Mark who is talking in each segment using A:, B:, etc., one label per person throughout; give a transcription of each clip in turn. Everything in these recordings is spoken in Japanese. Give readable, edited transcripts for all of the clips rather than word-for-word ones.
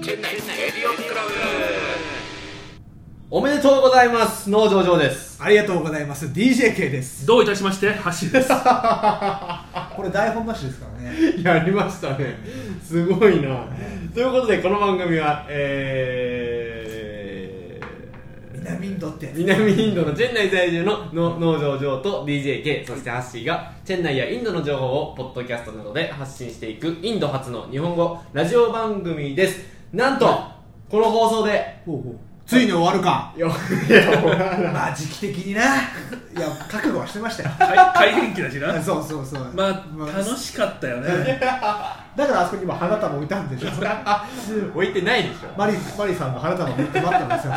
A: チェンナイレディオクラブ。
B: おめでとうございます。農場上です。
C: ありがとうございます。 DJK です。
D: どういたしまして、ハッシーです。
C: これ台本なしですからね。
B: やりましたね。すごいな。ということでこの番組は
C: 南インドって
B: 南インドのチェンナイ在住の農場上と DJK そしてハッシーがチェンナイやインドの情報をポッドキャストなどで発信していくインド初の日本語ラジオ番組です。なんとこの放送で
C: ついに終わるか。
B: いや
C: まあ時期的にな。いや覚悟はしてましたよ。
D: 大変気だしな。
C: そうそうそう。
D: まあ楽しかったよね。
C: だからあそこに今花束置いたんでしょ。
B: 置いてないでしょ。
C: マリさんも花束置いて待ったんですよ。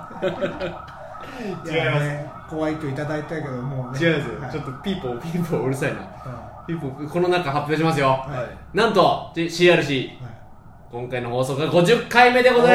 B: 違います。
C: 怖い今日いただいたけどもう、ね、
B: 違うんですよ、はい、ちょっとピーポーうるさいな、ピーポーこの中発表しますよ、
C: はい、
B: なんと CRC、はい、今回の放送が50回目でございます。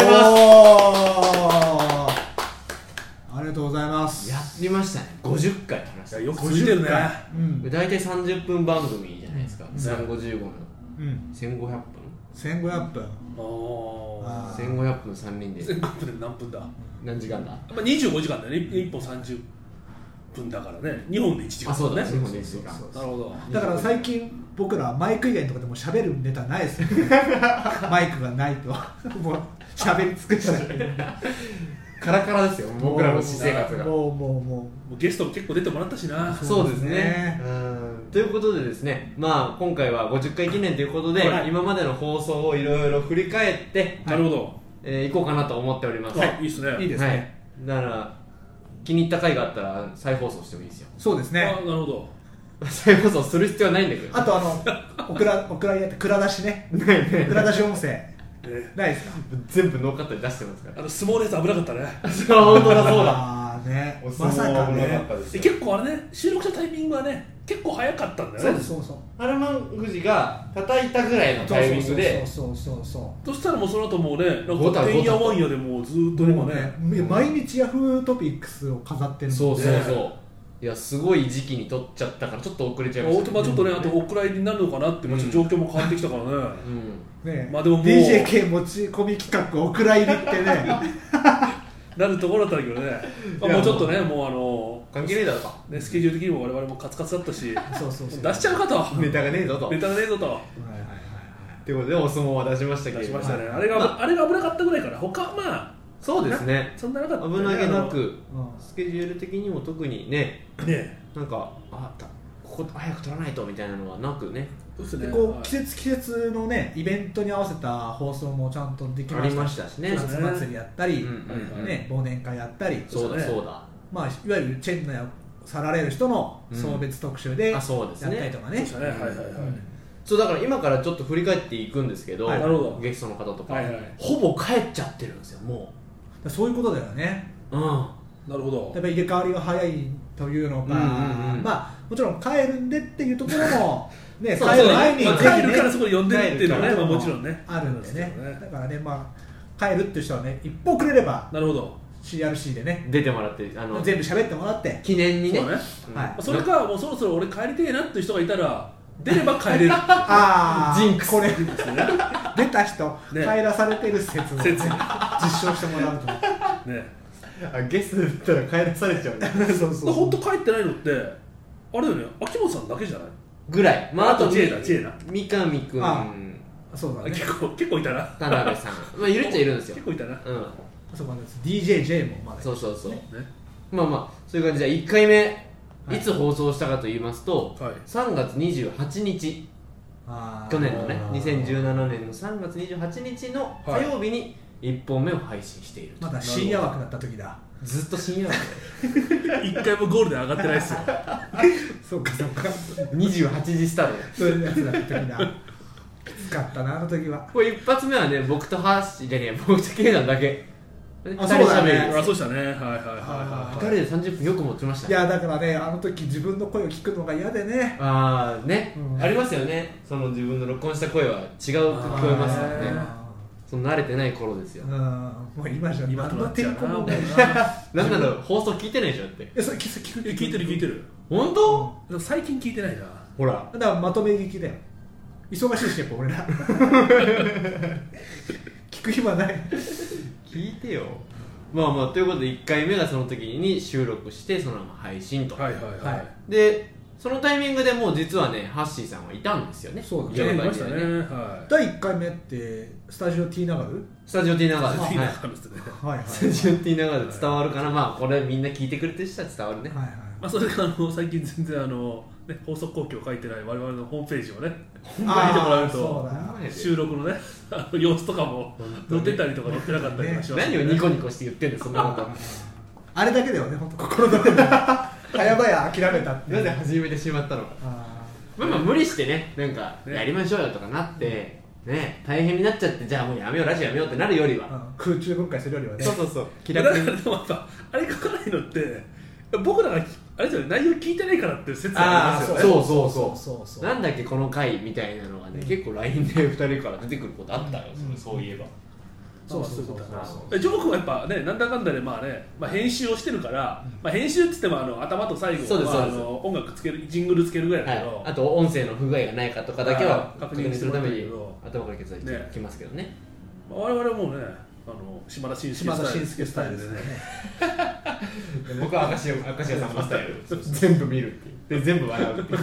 C: ありがとうございます。
B: やりましたね。50回話した。
D: よく続いてるね。
B: 大体30分番組じゃないですか、355の、1500分
C: 1500分
B: 1500分3人で
D: 1500分で何分だ、
B: 何時間だ、
D: まあ、25時間だよね。1本30分だからね。2本で1時間、ね、
B: あ、そうだね、2本で1時間。
D: なるほど。
C: だから最近僕らマイク以外のところでも喋るネタないですよマイクがないともう喋り尽くした
B: カラカラですよ、僕らの私生活が。
C: も
D: うゲストも結構出てもらったしな。
B: そうですね。ということでですね、まあ今回は50回記念ということで、はい、今までの放送をいろいろ振り返って、
D: なるほど、
B: 行こうかなと思っております。
D: はい、いいですね。
C: いいですね。
B: はい、だから気に入った回があったら再放送してもいいですよ。
C: そうですね。
D: なるほど。
B: 再放送する必要はないんだけど。
C: あとお蔵入って蔵出しね。蔵出し音声。ないですか。
B: 全部ノーカットで出してますから。
D: 相撲のやつ危なかったね。
B: 本当だ、そうだ。
C: ああね。
B: まさかね。
D: 結構あれね、収録したタイミングはね、結構早かったんだよね。
C: そう。
B: ハルマン富士が叩いたぐらいのタイミングで。
C: そう。
D: そしたらもうその後もうね、なんかてんやわんやでもうずっと今ね、
C: 毎日ヤフートピックスを飾ってるんで。
B: そう。いや、すごい時期に撮っちゃったからちょっと遅れちゃいました。
D: ちょっとね、あとお蔵入りになるのかなって、状況も変わってきたからね。まあでももう
C: DJK 持ち込み企画お蔵入りってね
D: なるところだったんだけどね。もうちょっとね、もう
B: 関係ねえだろか。
D: スケジュール的にも我々もカツカツだったし、
C: そう
D: 出しちゃうかと。
B: ネタがねえぞと。
D: という
B: ことでお相撲は出しましたけど。
D: 出しましたね。あれが危なかったぐらいから、他まあ
B: そうですね。
D: そんななかった。
B: 危なげなく、スケジュール的にも特にね、なんかここ早く撮らないとみたいなのはなくね。
C: でこう季節のねイベントに合わせた放送もちゃんとできました。
B: ありましたしね。
C: 夏祭りやったり、ね忘年会やったり。
B: そうだ。
C: まあいわゆるチェンナイを去られる人の送別特集でやったりとかね。
B: そうだから今からちょっと振り返っていくんですけど、ゲストの方とかほぼ帰っちゃってるんですよ。も
C: うそういうことだよね。
D: なるほど。
C: やっぱり入れ替わりが早いというのか、まあもちろん帰るんでっていうところもね、帰る前に
D: 帰るからそこに呼んでるっていうのはね、もちろんね
C: あるんでね。だからね、まあ帰るっていう人はね、一歩くれれば、
D: なるほど、
C: CRC でね
B: 出てもらって
C: 全部喋ってもらって
B: 記念にね。
D: それかもうそろそろ俺帰りてえなっていう人がいたら出れば帰れる。
B: ジンクス
C: これ出た人帰らされてる説を実証してもらうとね。
B: ゲストだったら帰らされちゃうね。
D: 本当帰ってないのってあれよね、秋元さんだけじゃない
B: ぐらい。まああと
D: 知恵な
B: 三上くん、
C: そうだね、
D: 結構いたな。
B: 田辺さん、まあいるっちゃいるんですよ。
D: 結構いたな。
C: そうなんです。 DJJ もまだ。
B: そうまあそういう感じで1回目いつ放送したかと言いますと、3月28日、去年のね2017年の3月28日の火曜日に1本目を配信している。
C: まだ深夜枠だった時だ。
B: ずっと深夜枠
D: 1回もゴールで上がってないっすよ。
C: そうか
B: 28時スタート
C: そういうやつだった時だ。きつかったなあの時は。
B: これ一発目はね、僕とハッシーじゃねえ、僕とケイさんだけ。
C: そうだね。
D: そうしたね。はい。
B: 2人で30分よく持ちましたね。
C: いやだからね、あの時自分の声を聞くのが嫌でね。
B: ありますよね。その自分の録音した声は違う聞こえますからね。その慣れてない頃ですよ。
C: もう今じゃ何の抵抗もない
B: な。なんなら放送聞いてないでしょって。
C: それ聞
D: いてる。
B: 本当？
D: 最近聞いてないな。
B: ほら。
C: だからまとめ聞きだよ。忙しいしやっぱ俺ら。聞聞く暇ない
B: 聞いてよ。まあまあということで1回目がその時に収録してそのまま配信と、
D: はいはいはい、
B: でそのタイミングでもう実はねハッシーさんはいたんですよね。
C: そう
D: だね、いましたね、はい、
C: 第1回目ってスタジオ T ナガル
B: スタジオ T ナガルです、
C: はい、
B: スタジオ T ナガルで伝わるかな、まあこれみんな聞いてくれてる人は伝わるね、
C: はいはい、
D: まあ、それが最近全然ね、放送後期を書いてない我々のホームページをね見てもらうと収録のね様子とかも載ってたりとか載ってなかったりとかします、ね、
B: 何をニコニコして言ってんのそんなこと
C: あれだけだよね、本当心の中で早々諦めたって
B: なぜ始めてしまったのか。まあまあ無理してね、なんかやりましょうよとかなってね、大変になっちゃってじゃあもうやめようラジオやめようってなるよりは、
C: 空中分解するよりはね、
B: そう
D: 気楽に。でもやっぱあれ書かないのって僕らがあれですよね、内容聞いてないからっていう説ありますよね。
B: そうなんだっけこの回みたいなのがね、結構 LINE で2人から出てくることあったよ、そういえば。
D: そうジョー君はやっぱね、なんだかんだでまあね、編集をしてるから、編集って言っても頭と最後は音楽つける、ジングルつけるぐらいだけど、
B: あと音声の不具合がないかとかだけは確認するために頭から削ってきますけどね。
D: 我々もね、島田紳介スタイルでね
B: 僕は明石家さんまスタイル全部見るっていうで全部笑うっていう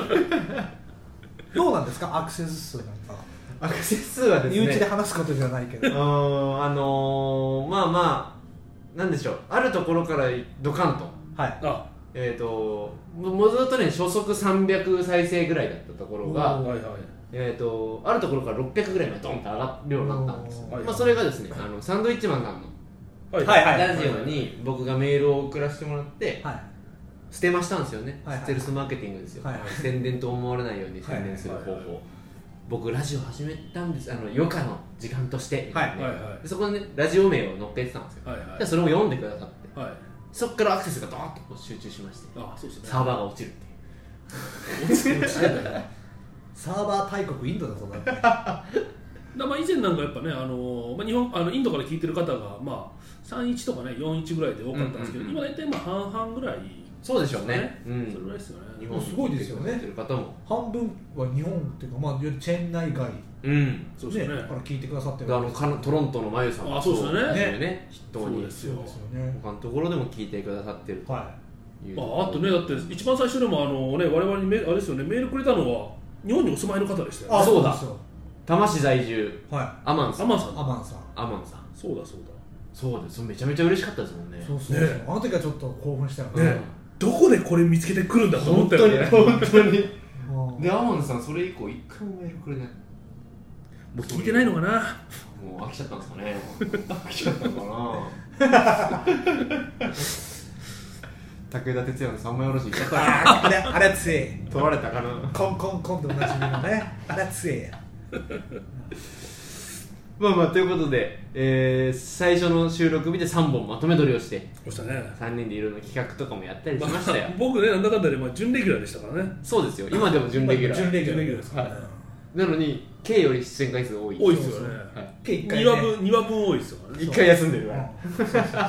C: どうなんですかアクセス数なんか。
B: アクセス数はですね、
C: 身内で話すことじゃないけど
B: まあまあなんでしょう、あるところからドカンと、
C: はい、
B: もともとね初速300再生ぐらいだったところが、あるところから600ぐらいまでドンと上がるようになったんです。まあそれがですね、サンドウィッチマンさんのラジオに僕がメールを送らせてもらって、捨てましたんですよね。ステルスマーケティングですよ。宣伝と思われないように宣伝する方法。僕ラジオ始めたんです、余暇の時間としてみたいな、でそこでねラジオ名を載っけてたんですよ、でそれも読んでくださって、そこからアクセスがドーンと集中しまして、サーバーが落ちるっていう落ちてたよ
C: サーバー大国インドだぞだって
D: 以前なんかやっぱね、日本インドから聞いてる方が、31とかね41ぐらいで多かったんですけど、今大体半々ぐらい。
B: そうでしょうね。
D: それぐらいですよね。
C: 日本すごいですよね。半分は日本っていうか、チェン内外、
D: そうですね。
C: から聞いてくださってる。
B: トロントのまゆさんも
D: そうですよね。
B: 筆頭に他のところでも聞いてくださってると。あ
D: とね、だって一番最初でも我々にあれですよね、メールくれたのは日本にお住まいの方でしたよね。
B: そうだ。多摩市在住、アマンさん。そうだ。そうです。めちゃめちゃ嬉しかったですもんね。
C: あの時はちょっと興奮したよね。
D: どこでこれ見つけてくるんだと思ったよね。
B: 本当に。でアマンさんそれ以降一回もメールくれない。
D: もう聞いてないのかな。
B: もう飽きちゃったんですかね。飽きちゃったのかな。武田鉄矢の三枚おろしいっちゃった。
C: あれ強い。
B: 取られたかな。
C: コンコンコンとおなじみのね。あれ強い。
B: まあということで、最初の収録日で3本まとめ撮りをして3人でいろんな企画とかもやったりしましたよ。
D: 僕ね、なんだかんだで準レギュラーでしたからね。
B: そうですよ、今でも準レギュラー。
C: 準レギュラーですからね。
B: なのに K より出演回数多い
D: ですよね。2話分多いですよね。
B: 1回休んでるから。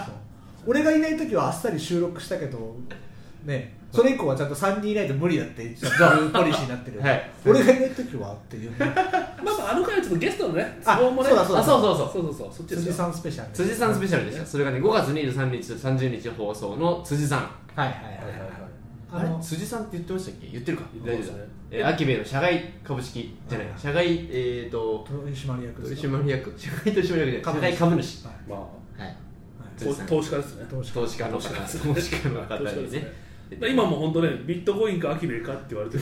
C: 俺がいない時はあっさり収録したけどね、それ以降はちゃんと3人いないと無理だっていうポリシーになってる。俺がいない時はっていうね。
D: あの回はちょっとゲストのね、都合もね、
B: そう
C: 辻さんスペシャル。
B: 辻さんスペシャルでした。それがね5月23日と30日放送の辻さん。辻さんって言ってましたっけ？言ってるか。大丈夫だ。アキベの社外株式じゃない。社外
C: 取締役です。
B: 社外取締役じゃない。社外株主。
D: 投資家ですね。
B: 投資家の方にね。
D: 今も本当ね、ビットコインかアキベかって言われてる。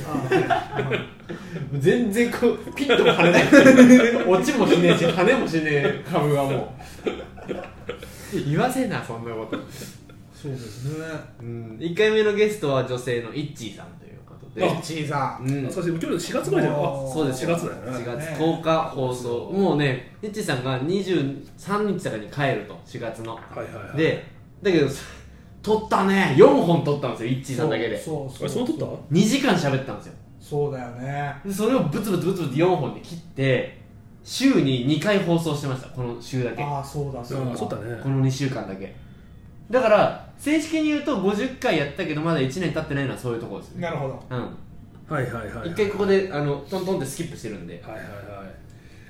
B: 全然こうピッとも跳ねない落ちもしねえし跳ねもしねえ株はもう言わせなそんなこと。
C: そうですね。
B: 1回目のゲストは女性のイッチーさんということで。
C: イッチーさん、
D: そして今日4月ぐらいじゃん。
B: そうです、4月だよね。4月10日放送。もうね、イッチーさんが23日とかに帰ると、4月の。でだけど撮ったね、4本撮ったんですよ、イッチーさんだけで。
D: その撮った
B: ?2 時間喋ったんですよ。
C: そうだよね。
B: でそれをブツブツ4本で切って週に2回放送してました、この週だけ。
C: そうだね。
B: この2週間だけだから正式に言うと50回やったけどまだ1年経ってないのはそういうところですね。
C: なるほど。
B: 一回ここでトントンってスキップしてるんで。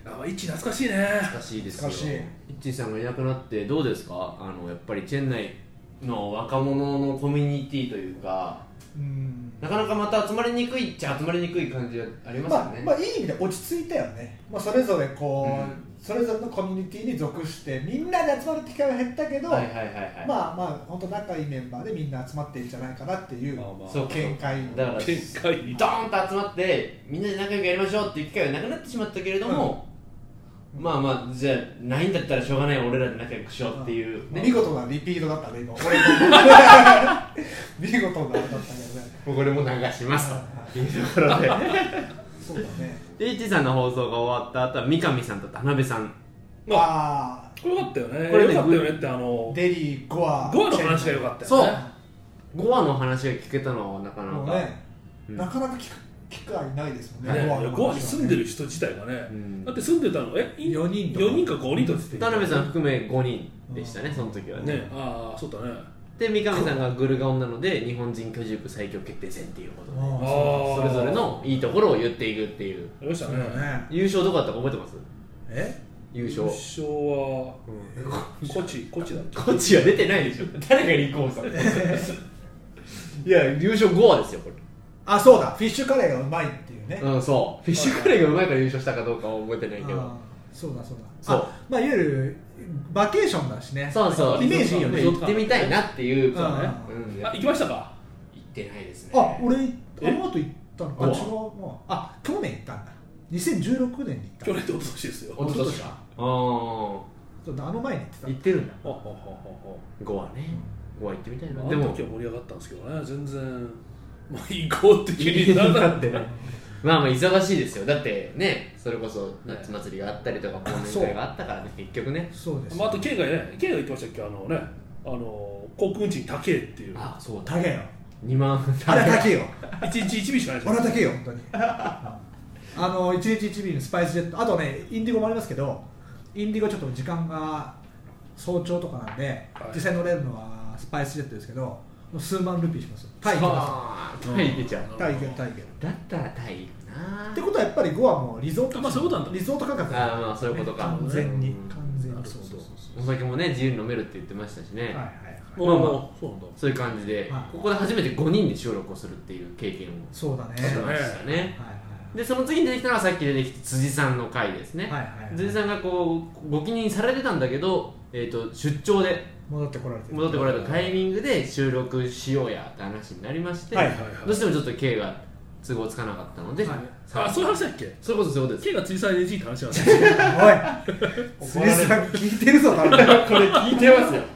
D: イッチ懐かしいね。
B: 懐かしいですよ。イッチさんがいなくなってどうですか？やっぱりチェン内の若者のコミュニティというか、なかなかまた集まりにくいっちゃ集まりにくい感じがありますよね。
C: いい意味で落ち着いたよね。それぞれそれぞれのコミュニティに属してみんなで集まる機会は減ったけど、本当仲いいメンバーでみんな集まっているんじゃないかなっていう見解。
B: だからドーンと集まってみんなで仲良くやりましょうっていう機会がなくなってしまったけれども、じゃあないんだったらしょうがない俺らで仲良くしようっていう、
C: 見事なリピートだったね今。俺見事なだったけどね。
B: これも流しますというところで
C: そうだね。
B: でイッチさんの放送が終わった後は三上さんと田辺さん。
D: これよかったよね。これね、よかったよねって
C: デリーゴア
D: の話がよかったよね。
B: そうゴアの話が聞けたのはなかなか
C: なかなか聞く機会ないですもん
D: ね。ゴアに住んでる人自体がね、だって住んでたの4人か5人とって
B: 田辺さん含め5人でしたね、その時はね。
D: そうだね。
B: で三上さんがグルガオンなので日本人居住区最強決定戦っていうことで、それぞれのいいところを言っていくっていう。
D: ありましたね。
B: 優勝どこだったか覚えてます？優勝
D: はコチだった。
B: コチは出てないでしょ。誰が立候補された？いや優勝5話ですよこれ。
C: そうだ、フィッシュカレーがうまいっていうね。
B: そうフィッシュカレーがうまいから優勝したかどうかは覚えてないけど。そう
C: いわゆるバケーションだしね。
B: そう
C: イメージいいよね。
B: 行ってみたいなっていう。
D: 行きましたか？
B: 行ってないですね。
C: 俺あの後行ったのか。去年行ったんだ。2016年に行った。
D: 去年っておととしですよ。
B: おととしか。あ
C: の前に
B: 行ってるんだ。5話ね。5話行ってみたいな。
D: でもあの時は盛り上がったんですけどね。全然行こうって気にならなくてね。
B: 忙しいですよ。だってね、それこそ夏祭りがあったりとか忘年会があったからね、結局ね。
C: そうです。
D: あと K が言ってましたっけ、航空運賃高えっていう。
C: そう高えよ。
B: 2万。
C: あれ高えよ。
D: 1日1便しかないですよ。
C: 俺は高えよ本当に。1日1便のスパイスジェット、あとねインディゴもありますけど、インディゴちょっと時間が早朝とかなんで、実際乗れるのはスパイスジェットですけど。数万ルピーしますよ。タイ行けますよ。
B: タイ行けちゃう。
C: タイ行ける。
B: だったらタイ行くな。
C: ってことはやっぱりゴアもリゾート。
D: そういうことなんだ。
C: リゾート価格。
B: そういうことか。
C: 完全に
B: お酒もね自由に飲めるって言ってましたしね。そういう感じでここで初めて5人で収録をするっていう経験をしましたね。でその次に出てきたのはさっき出てきた辻さんの回ですね。辻さんがご記入されてたんだけど、出張で戻ってこられたタイミングで収録しようやって話になりまして、どうしてもちょっと K が都合つかなかったので、
D: そういう話だっけ？
B: そういうことそうです。
D: K が辻さん NG って話なんです
C: よ。おい辻さん聞いてるぞ。これ
B: 聞いてますよ。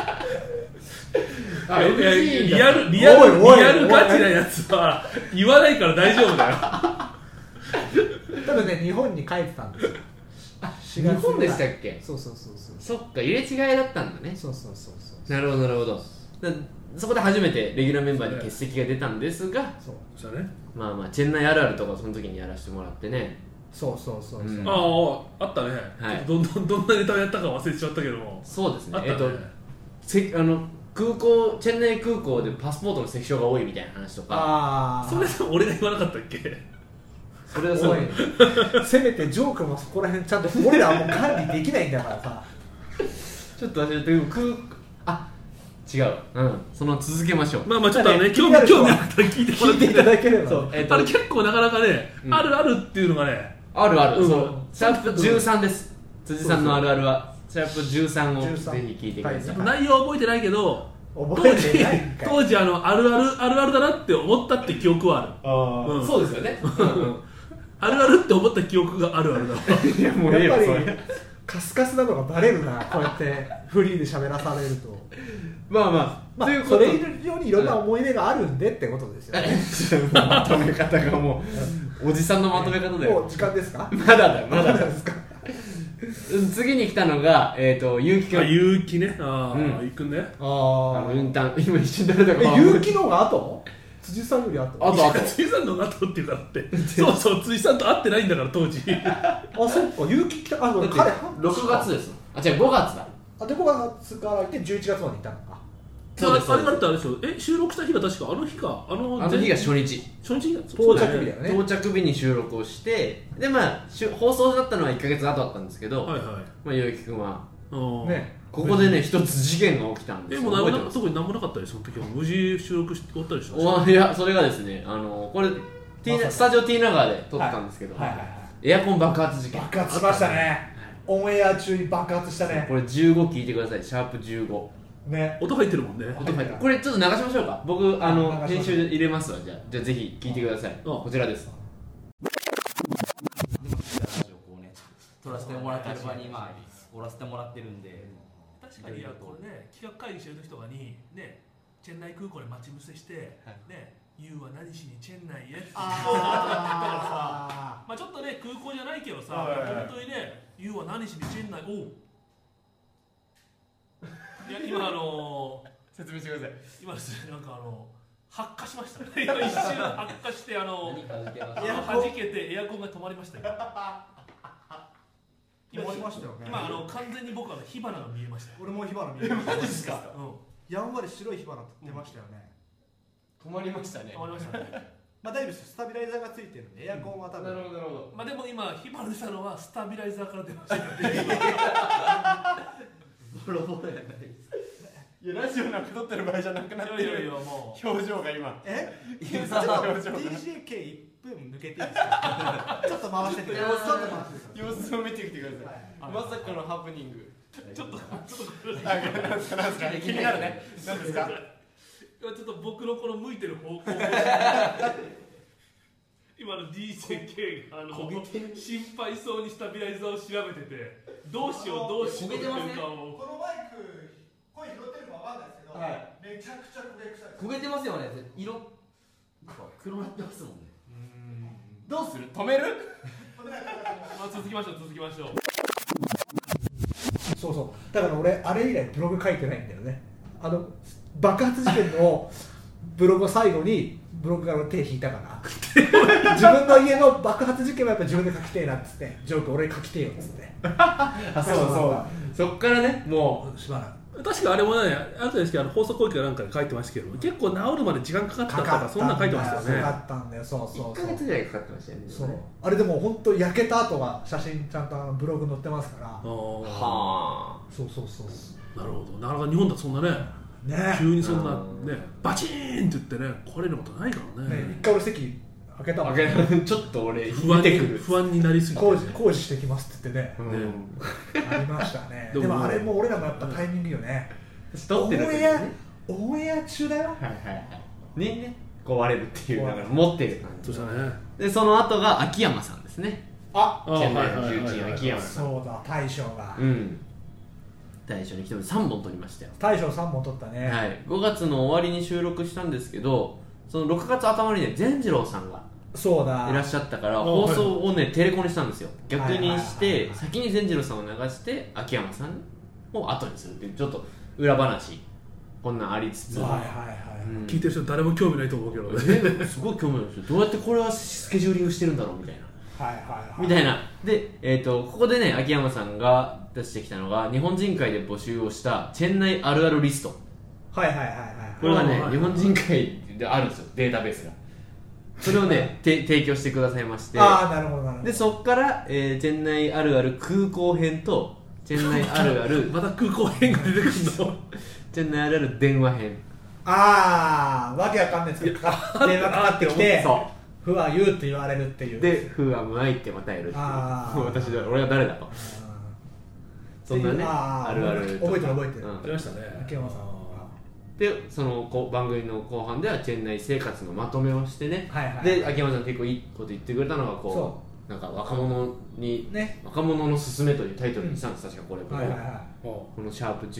D: リアルガチなやつは言わないから大丈夫だよ。
C: 多分ね日本に帰ってたんですよ。
B: 日本でしたっけ？
C: そう
B: そっか入れ違いだったんだね。
C: そう
B: なるほど。そこで初めてレギュラーメンバーに欠席が出たんですが、
D: チ
B: ェンナイあるあるとかその時にやらせてもらってね。
C: そう、
D: あったね。どんなネタをやったか忘れてしまったけども。
B: そうですね。空港チェンナイ空港でパスポートの関所が多いみたいな話とか。
D: それ俺が言わなかったっけ？
B: それはそう
C: せめてジョークもそこら辺ちゃんと俺らはもう管理できないんだからさ。
B: ちょっと忘れて違う。その続けましょう。
D: ちょっとね興味あったら聞いていただければ。結構なかなかねあるあるっていうのがね
B: ある。シャープ13です。辻さんのあるあるはシャープ13をぜひ聞いてください。
D: 内容は覚えてないけど当時あるあるだなって思ったって記憶はある。
B: そうですよね。
D: あるあるって思った記憶があるあるだわ。
C: やっぱりカスカスなのがバレるな、こうやってフリーで喋らされると。それ以上にいろんな思い出があるんでってことですよね。
B: まとめ方がもうおじさんのまとめ方だよ。
C: もう時間ですか？
B: まだですか。次に来たのが結城
D: 結城ね。行くね。
B: インターン今一瞬誰だか。
C: 結城の方が後？辻さんより後。
D: 辻さんの後っていうかってそう辻さんと会ってないんだから当時。
C: そっか結城来た。
B: 彼6月です。違う5月だ。
C: で5月から行って11月まで行ったのか。
B: そうです。
D: あれがあれでしょ。収録した日が確かあの日か、あの
B: 日が初日
C: 到着日だよね。
B: 到着日に収録をして、でまあ放送だったのは1ヶ月後だったんですけど、はいはい、まあゆうきくんはね、ここでね一つ事件が起きたんですよ。
D: もう特に何もなかったです。その時は無事収録して終わったりしました。
B: いや、それがですね、これスタジオ T ナガーで撮ったんですけど、エアコン爆発事件。
C: 爆発しましたね。オンエア中に爆発したね。
B: これ15聞いてください。シャープ15
D: ね、音入ってるもんね。
B: 音入ってる。これちょっと流しましょうか。僕編集で入れますわ。じゃあぜひ聞いてください。こちらです。
A: 撮らせてもらってる場に今おらせてもらってるんで、
D: 確かにこれね、企画会議してる時とかにね、チェンナイ空港で待ち伏せしてね、ユウは何しにチェンナイへって言ってたからさ、まあちょっとね空港じゃないけどさ、本当にね、ユウは何しにチェンナイ、いや今
B: 説明してください。
D: 今ですね、なんか発火しましたね。一瞬発火して弾けてエアコンが止まりましたよ。
C: 止まりましたよね。
D: 今完全に僕は火花が見えました。
C: 俺も火花見えました。
B: マジですか？
C: やんわり白い火花出ましたよね。
B: 止まりましたね。
D: 止まりましたね。
C: まあ大丈夫です。スタビライザーがついてるんでエアコンは多分。
B: なるほどなるほど。
D: まあでも今火花出たのはスタビライザーから出ましたね。
A: ボロボロやないです。
B: いやラジオなんか撮ってる場合じゃなくなってる。もう表情が今。
C: DJK1 分抜けていいですか？ちょっと回しててください。
B: 様子を見てきてください。まさかのハプニング。
D: ちょっと
B: なんですか気になるね。なんですか？
D: ちょっと僕のこの向いてる方向今の DJK が心配そうにスタビライザーを調べてて、どうしようっていうかを。
C: このマイク声拾ってるかわかんないですけど、めちゃくちゃ焦げ臭い。
A: 焦げてますよね。色黒なってますもんね。
B: どうする？止める？
D: 続きましょう。
C: そうそう。だから俺あれ以来ブログ書いてないんだよね。爆発事件のブログ最後にブログから手引いたから自分の家の爆発事件はやっぱ自分で書きてえなっつって、ジョーク俺書きてえよっつって
B: そっからね、もう
C: しばらく。
D: 確かあれもね、あとですけど放送講義かなんかで書いてましたけど、結構治るまで時間かかったとかそんな書いてましたよね。
C: かかったんだよ。そう
B: 1ヶ月ぐらいかかってましたよね。
C: そうあれでも本当焼けた後は写真ちゃんとブログ載ってますから。は
B: あ。
C: そう。
D: なるほど。なかなか日本だとそんなね、急にそんなねバチーンって言ってね壊れることないからね。
C: 一回俺席開けたもん。
B: ちょっと俺
D: 不安になりすぎて
C: 工事してきますって言ってね。ありましたね。でもあれも俺らもやっぱタイミングよね。オンエア中だよ。
B: にね壊れるっていう、だから持ってる感じ。
D: そうだね。
B: でその後が秋山さんですね。チェンナイの重鎮秋山さん。
C: そうだ、大将が。
B: 大将に来て3本撮りましたよ。
C: 大将3本撮ったね。
B: はい。5月の終わりに収録したんですけど、その6月頭にね善次郎さんがいらっしゃったから放送をねテレコにしたんですよ。逆にして先に善次郎さんを流して秋山さんを後にするっていうちょっと裏話こんなんありつつ、
D: 聞いてる人誰も興味ないと思うけど
B: ね。すごい興味あるんですよ。どうやってこれはスケジューリングしてるんだろうみたいな。みたいな。で、ここでね秋山さんが出してきたのが日本人会で募集をしたチェンナイあるあるリスト。これがね日本人会であるんですよ、データベースが。それをね提供してくださいまして。
C: なるほど。
B: でそっから、チェンナイあるある空港編とチェンナイあるある
D: また空港編が出てくるの。
B: チェンナイあるある電話編。
C: わけわかんないですけど電話かかってきて不は言うって言われるっていう。
B: で不は無愛ってまたやるっていう。俺が誰だと。そんなねあるある
C: 覚えてる。
D: ありましたね、
C: 秋山さん。
B: でその番組の後半ではチェンナイ生活のまとめをしてね。で秋山さん結構いいこと言ってくれたのがなんか若者のすすめというタイトルにしたんです。確かこれこのシャープ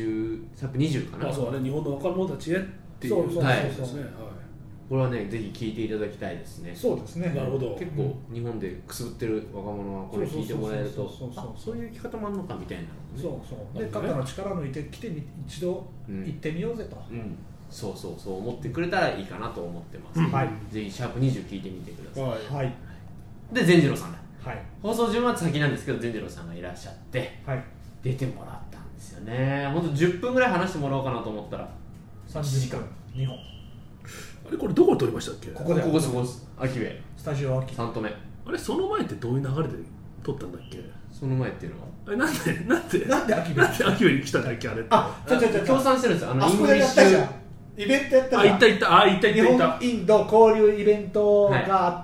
B: 20かな。
D: そうね、日本の若者たちへっていう。
B: これはねぜひ聞いていただきたいですね。
C: そうですね。
D: なるほど。
B: 結構日本でくすぶってる若者はこれ聞いてもらえると、そういう生き方もあるのかみたいな。
C: で肩の力抜いてきて一度行ってみようぜと。
B: そう思ってくれたらいいかなと思ってます。ぜひシャープ20聞いてみてください。で善次郎さんだ。放送順は先なんですけど善次郎さんがいらっしゃって出てもらったんですよね。ほんと10分ぐらい話してもらおうかなと思ったら
C: 30時間2本。
D: あれこれどこで撮りましたっけ？
C: ここで
B: ここです秋部
C: スタジオ秋
B: 3度目。
D: あれその前ってどういう流れで撮ったんだっけ？
B: その前っていうのは
D: あれなんで
C: 秋部
D: 秋部に来たんだっけあれって。
B: 協賛してるんですよ。
C: あそこでやったじゃん。イベントやったじゃん。
D: 行った
C: 日本インド交流イベントがあって、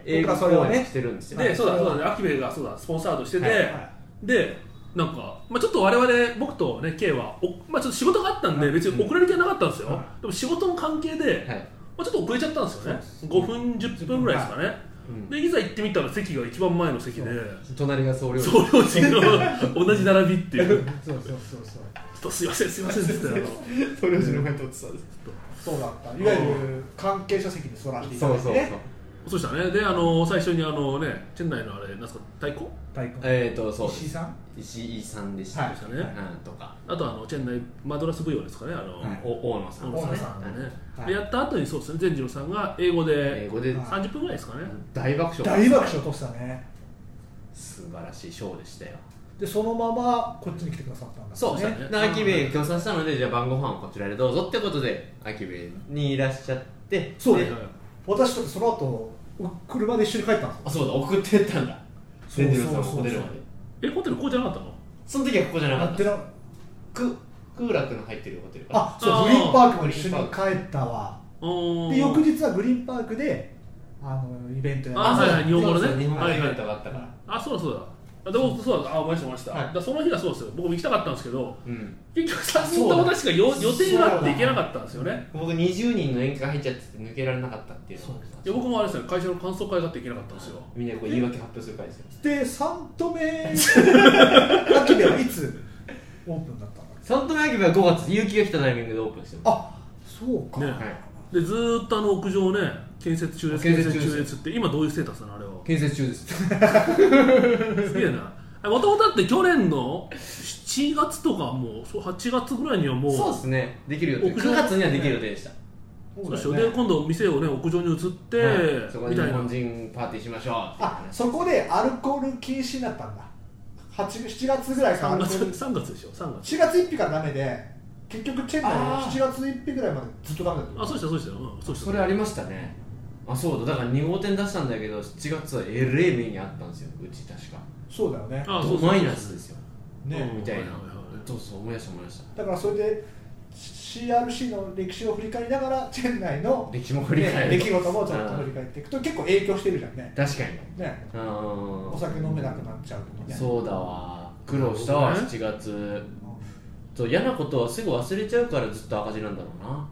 B: 英語
C: それをね
B: してるんですよ。
D: で、そうだ、秋部がそうだスポンサードしてて、で、なんか、ちょっと我々、僕とね、K はちょっと仕事があったんで、別に遅れる気はなかったんですよ。でも仕事の関係で、ちょっと遅れちゃったんですよね。5分、10分ぐらいですかね。で、いざ行ってみたら席が一番前の席で、
B: 隣が総領事
D: の同じ並びっていう。
C: そう
D: すいませんって言って
B: 総領事の前に撮ってたんです。
C: そうだった。いわゆる関係者席に座らせていただいてね。
D: そうしたね。で、最初にチェン内のあれなんですか、太鼓？
B: そう
C: 石井さん？
B: 石井さんでしたね。とか。
D: あとチェン内マドラス舞踊ですかね。
B: 大野さん
D: でね。やった後にそうですね。善次郎さんが英語で30分ぐらいですかね。
B: 大爆笑。
C: 大爆笑としたね。
B: 素晴らしいショーでしたよ。
C: でそのままこっちに来てくださったんだ。
B: そうですね。秋部協賛したので、じゃあ晩ご飯をこちらでどうぞってことで秋部にいらっしゃって、
C: そうね。私とその後車で一緒に帰ったんですよ。
B: あ、そうだ、送ってったんだ。善次郎さんのホテルまで。
D: ホテルここじゃなかったの？
B: その時はここじゃなかった。空楽の入ってるホテル。
C: あ、そう、グリーンパークも一緒に帰ったわ。で翌日はグリーンパークでイベントや
D: る。日本語のね。
B: 日本語のイベントがあったから。
D: そうだ。でもそうだ、思いました。その日がそうですよ。僕も行きたかったんですけど、結局3人とも確か予定があって行けなかったんですよね。
B: 僕20人の宴会入っちゃって抜けられなかったっていうの。
D: 僕もあれですね、会社の感想会があって行けなかったんですよ。
B: みんな言い訳発表する会ですよ。
C: で、3度目秋部はいつオープンだったの？
B: 3度目秋部は5月、結城が来たタイミングでオープンしてます。
C: あ、そうか。
D: で、ずーっと屋上ね、建設中ですって今どういうステータスなのあれは？
B: 建設中です。
D: すげえな。もともとだって去年の7月とかもう8月ぐらいにはもう
B: そうですね、できる予定。9月にはできる予定でした。
D: そうですよ。で今度店をね屋上に移って
B: そこで日本人パーティーしましょう。
C: あ、そこでアルコール禁止になったんだ。7月ぐらいから
D: 3月でしょ。4
C: 月1日からダメで結局チェン内7月1日ぐらいまでずっとダメだった。
D: そうでした。
B: それありましたね。あ、そうだ。だから2号店出したんだけど7月はえれい目にあったんですよ、うち確か。
C: そうだよね。
B: マイナスですよ
C: ね、
B: みたいな。そう思い出した。
C: だからそれで CRC の歴史を振り返りながらチェン内の
B: 歴史も振り返る、
C: 出来事もちょっと振り返っていくと結構影響してるじゃんね。
B: 確かに
C: ね。お酒飲めなくなっちゃうとね。
B: そうだわ、苦労したわ。7月と嫌なことはすぐ忘れちゃうからずっと赤字なんだろうな。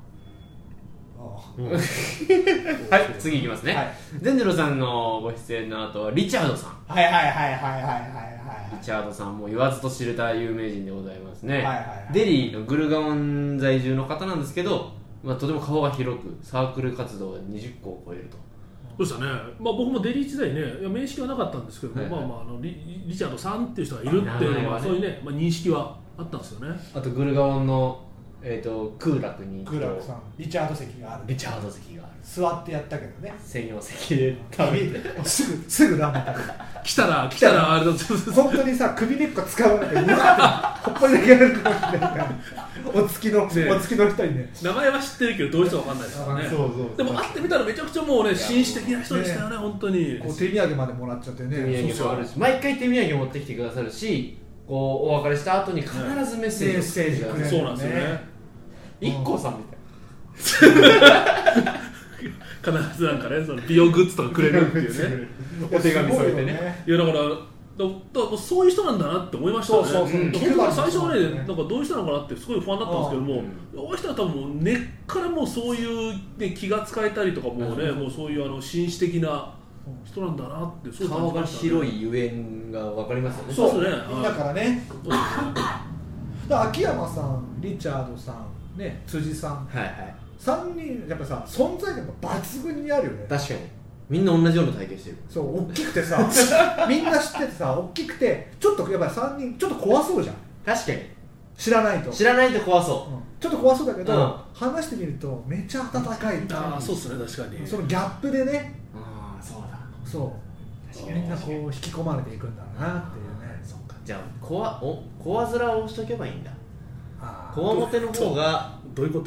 B: はい、次いきますね。善次郎さんのご出演の後はリチャードさん。
C: リ
B: チャードさんも言わずと知れた有名人でございますね。デリーのグルガオン在住の方なんですけど、とても顔が広くサークル活動が20個を超えると。
D: そうでしたね。僕もデリー時代ね、面識はなかったんですけど、リチャードさんっていう人がいるっていうのはそういうね、認識はあったんですよね。
B: あとグルガオンの空楽に
C: 空楽さん、リチャード席がある。座ってやったけどね。
B: 専用席で食べて
C: すぐラーメン食べた。
D: 来たらあれだ。
C: 本当にさ、首根っこ使わなくてうわーってほっぽりだけやるかもしれないから。お付きの人にね。
D: 名前は知ってるけどどういう人か分かんないですからね。でも会ってみたらめちゃくちゃもうね、紳士的な人でしたよね、本当に。
C: こう手土産までもらっちゃってね。
B: 手土産もあるし、毎回手土産持ってきてくださるし、こうお別れした後に必ずメッセージをくれる。
D: そうなんですよね。
B: IKKOさんみたいな。
D: 必ずなんかね、その美容グッズとかくれるっていうね。
B: お手紙添えてね。
D: いやだからそういう人なんだなって思いましたね。最初はね、なんかどういう人なのかなってすごい不安だったんですけども、あの人は多分もう根っからもうそういうね気が使えたりとかもうね、もうそういう紳士的な人なんだなってすごい
B: 顔が広いゆえんが分かりますよね。
C: そうですね。みんなからね。秋山さん、リチャードさん、ね、辻さん、3人やっぱさ存在感が抜群にあるよね。
B: 確かにみんな同じような体型してる。
C: そう大きくてさみんな知っててさ大きくてちょっとやっぱり3人ちょっと怖そうじゃん。
B: 確かに
C: 知らないと
B: 怖そう、
C: ちょっと怖そうだけど、話してみるとめっちゃ温かい。
D: そうですね、確かに。
C: そのギャップでね。
B: そうだ。
C: そうみんなこう引き込まれていくんだなっていうね。
B: そうか。じゃあ小面をしとけばいいんだ。小面の方が
D: どういうこと？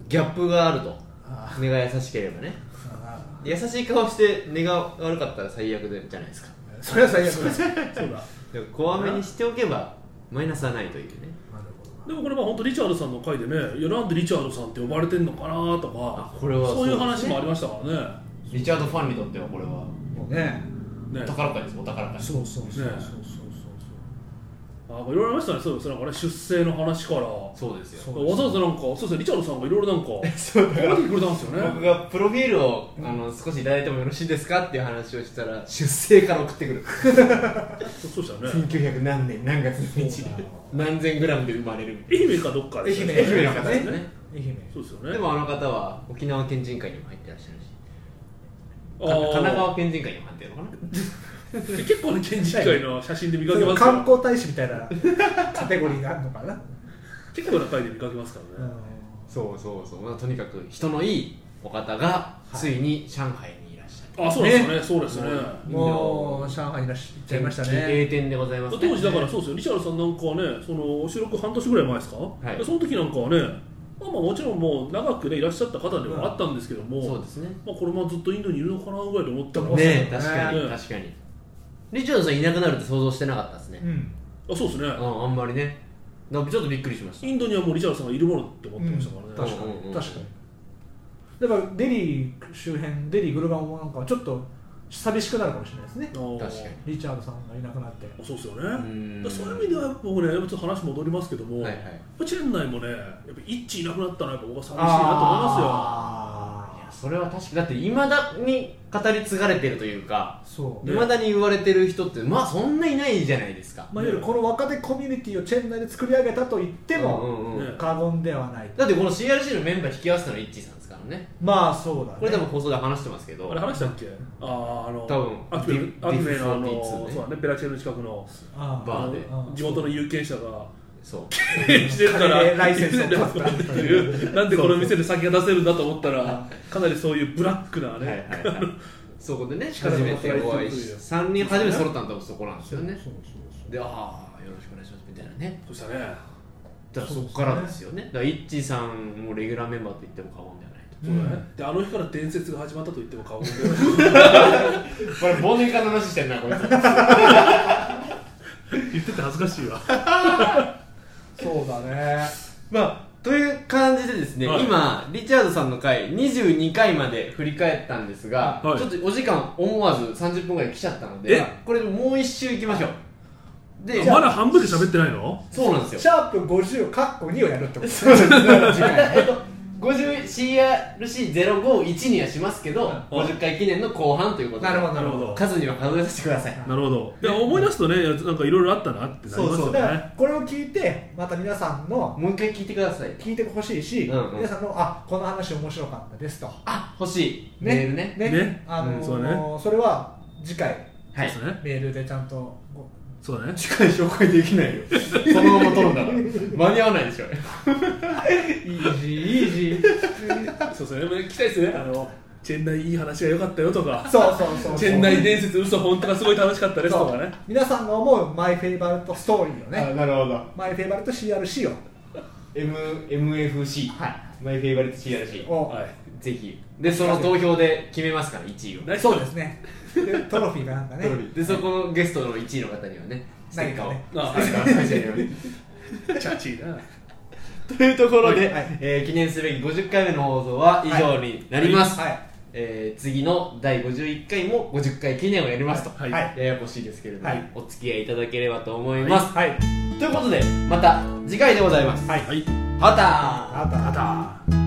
B: ギャップがあると。根が優しければね。優しい顔して根が悪かったら最悪じゃないですか。
C: それは最悪ですそうだ
B: 怖めにしておけばマイナスはないというね。
D: でもこれ本当リチャードさんの回でね、いやなんでリチャードさんって呼ばれてんのかなとか、
B: これは
D: そういう話もありましたからね。
B: リチャードファンにとってはこれは
C: ね
B: お宝会です。お宝会。
C: そう
D: いろいろありましたね。そうですね。なんかね、出生の話から、
B: そうですよ。
D: わざわざなんか、そうですね、リチャードさんがいろいろなんか
B: そうだから
D: てくれたんですよね。
B: 僕がプロフィールを少しいただいてもよろしいですかっていう話をしたら、出生から送ってくる。
D: そうしたね。
B: 1900何年何月何日何千グラムで生まれる。
D: 愛媛かどっかで。
B: 愛媛の方ですね。
D: 愛媛。そうですよね。
B: でもあの方は沖縄県人会にも入ってらっしゃるし、神奈川県人会にも入ってるのかな。
D: 結構ね、県人会の写真で見かけますよ。
C: 観光大使みたいなカテゴリーがあるのかな。
D: 結構な回で見かけますからね。
B: そう、まあ、とにかく人のいいお方がついに上海にいらっしゃる。
D: あ、そうですね、そうですね。
C: もう上海にいらっしゃいましたね。
B: 栄転でございますね。
D: 当時だからそうですよ。リチャードさんなんかはね、その収録半年ぐらい前ですか。
B: はい。
D: その時なんかはね、まあもちろんもう長くねいらっしゃった方ではあったんですけども、
B: そうですね。
D: まあこのままずっとインドにいるのかなぐらいで思ってま
B: したね。確かに。リチャードさんいなくなるって想像してなかったですね。
D: あ、そうですね。
B: あんまりね。ちょっとびっくりしました。
D: インドにはもうリチャードさんがいるものって思ってましたからね。
C: 確かに。だからデリー周辺、デリーグルガンもなんかちょっと寂しくなるかもしれないですね。
B: 確かに。
C: リチャードさんがいなくなって。
D: そうですよね。そういう意味では僕ね、ちょっと話戻りますけども、チェン内もね、やっぱイッチいなくなったのはやっぱ僕は寂しいなと思いますよ。
B: それは確かだっていまだに語り継がれてるというか、
C: い
B: まだに言われてる人ってまあそんないないじゃないですか。
C: いわゆるこの若手コミュニティをチェン内で作り上げたと言っても過言ではない。
B: だってこの CRC のメンバー引き合わせたのはイッチーさんですからね。
C: まあそうだね。
B: これ多分放送で話してますけど。
D: あれ話したっけ？
B: 多分
D: アキメのそうだね、ペラチェの近くの
B: バーで
D: 地元の有権者が
B: そう
D: してるから
C: ライセンスを取ったって
D: いうなんでこの店で酒が出せるんだと思ったらかなりそういうブラックなね
B: そこでね初めてお会いし3人初めて揃ったのはそこなんですよね。でよろしくお願いしますみたいなね。
D: そしたね。
B: だからそこからですよね。だからイッチーさんもレギュラーメンバーと言っても過言ではないと。
D: そうだね。であの日から伝説が始まったと言っても過言ではない。
B: これ忘年会の話してんなこいつ。
D: 言ってて恥ずかしいわ。
C: そうだね。
B: まあという感じでですね、今リチャードさんの回22回まで振り返ったんですが、ちょっとお時間思わず30分ぐらい来ちゃったので、これもう一周いきましょう。
D: でまだ半分で喋ってないの？
B: そうなんですよ。
C: シャープ50カッコ2をやるってことですね。
B: 50CRC051 にはしますけど、50回記念の後半ということで、
C: なるほど
B: 数には数えさせてください。
D: なるほど。で思い出すとね、なんかいろいろあったなってなりますよね。
C: だからこれを聞いてまた皆さんの
B: もう一回聞いてください。
C: 聞いてほしいし、皆さんのこの話面白かったですと
B: 欲しいメールね。
C: それは次回
B: メ
C: ールでちゃんと
D: そうだね。
B: 次回紹介できないよ。そのまま取るんだから間に合わないでしょ。
C: イージー
D: そうですね。聞きたいですね。チェンナイいい話が良かったよとか、
C: そう
D: チェンナイ伝説嘘本当がすごい楽しかったですとかね。
C: 皆さんが思うマイフェイバリットストーリーをね。
B: なるほど。
C: マイフェイバリット CRC を
B: MFC マイフェイバリット CRC
C: を
B: ぜひでその投票で決めますから1位を。
C: そうですね。トロフィーがなんかね。
B: でそこのゲストの1位の方にはねステッカーを
D: チャチーな。
B: というところで記念すべき50回目の放送は以上になります。次の第51回も50回記念をやりますと、ややこしいですけれども、お付き合いいただければと思います。ということでまた次回でございます。また。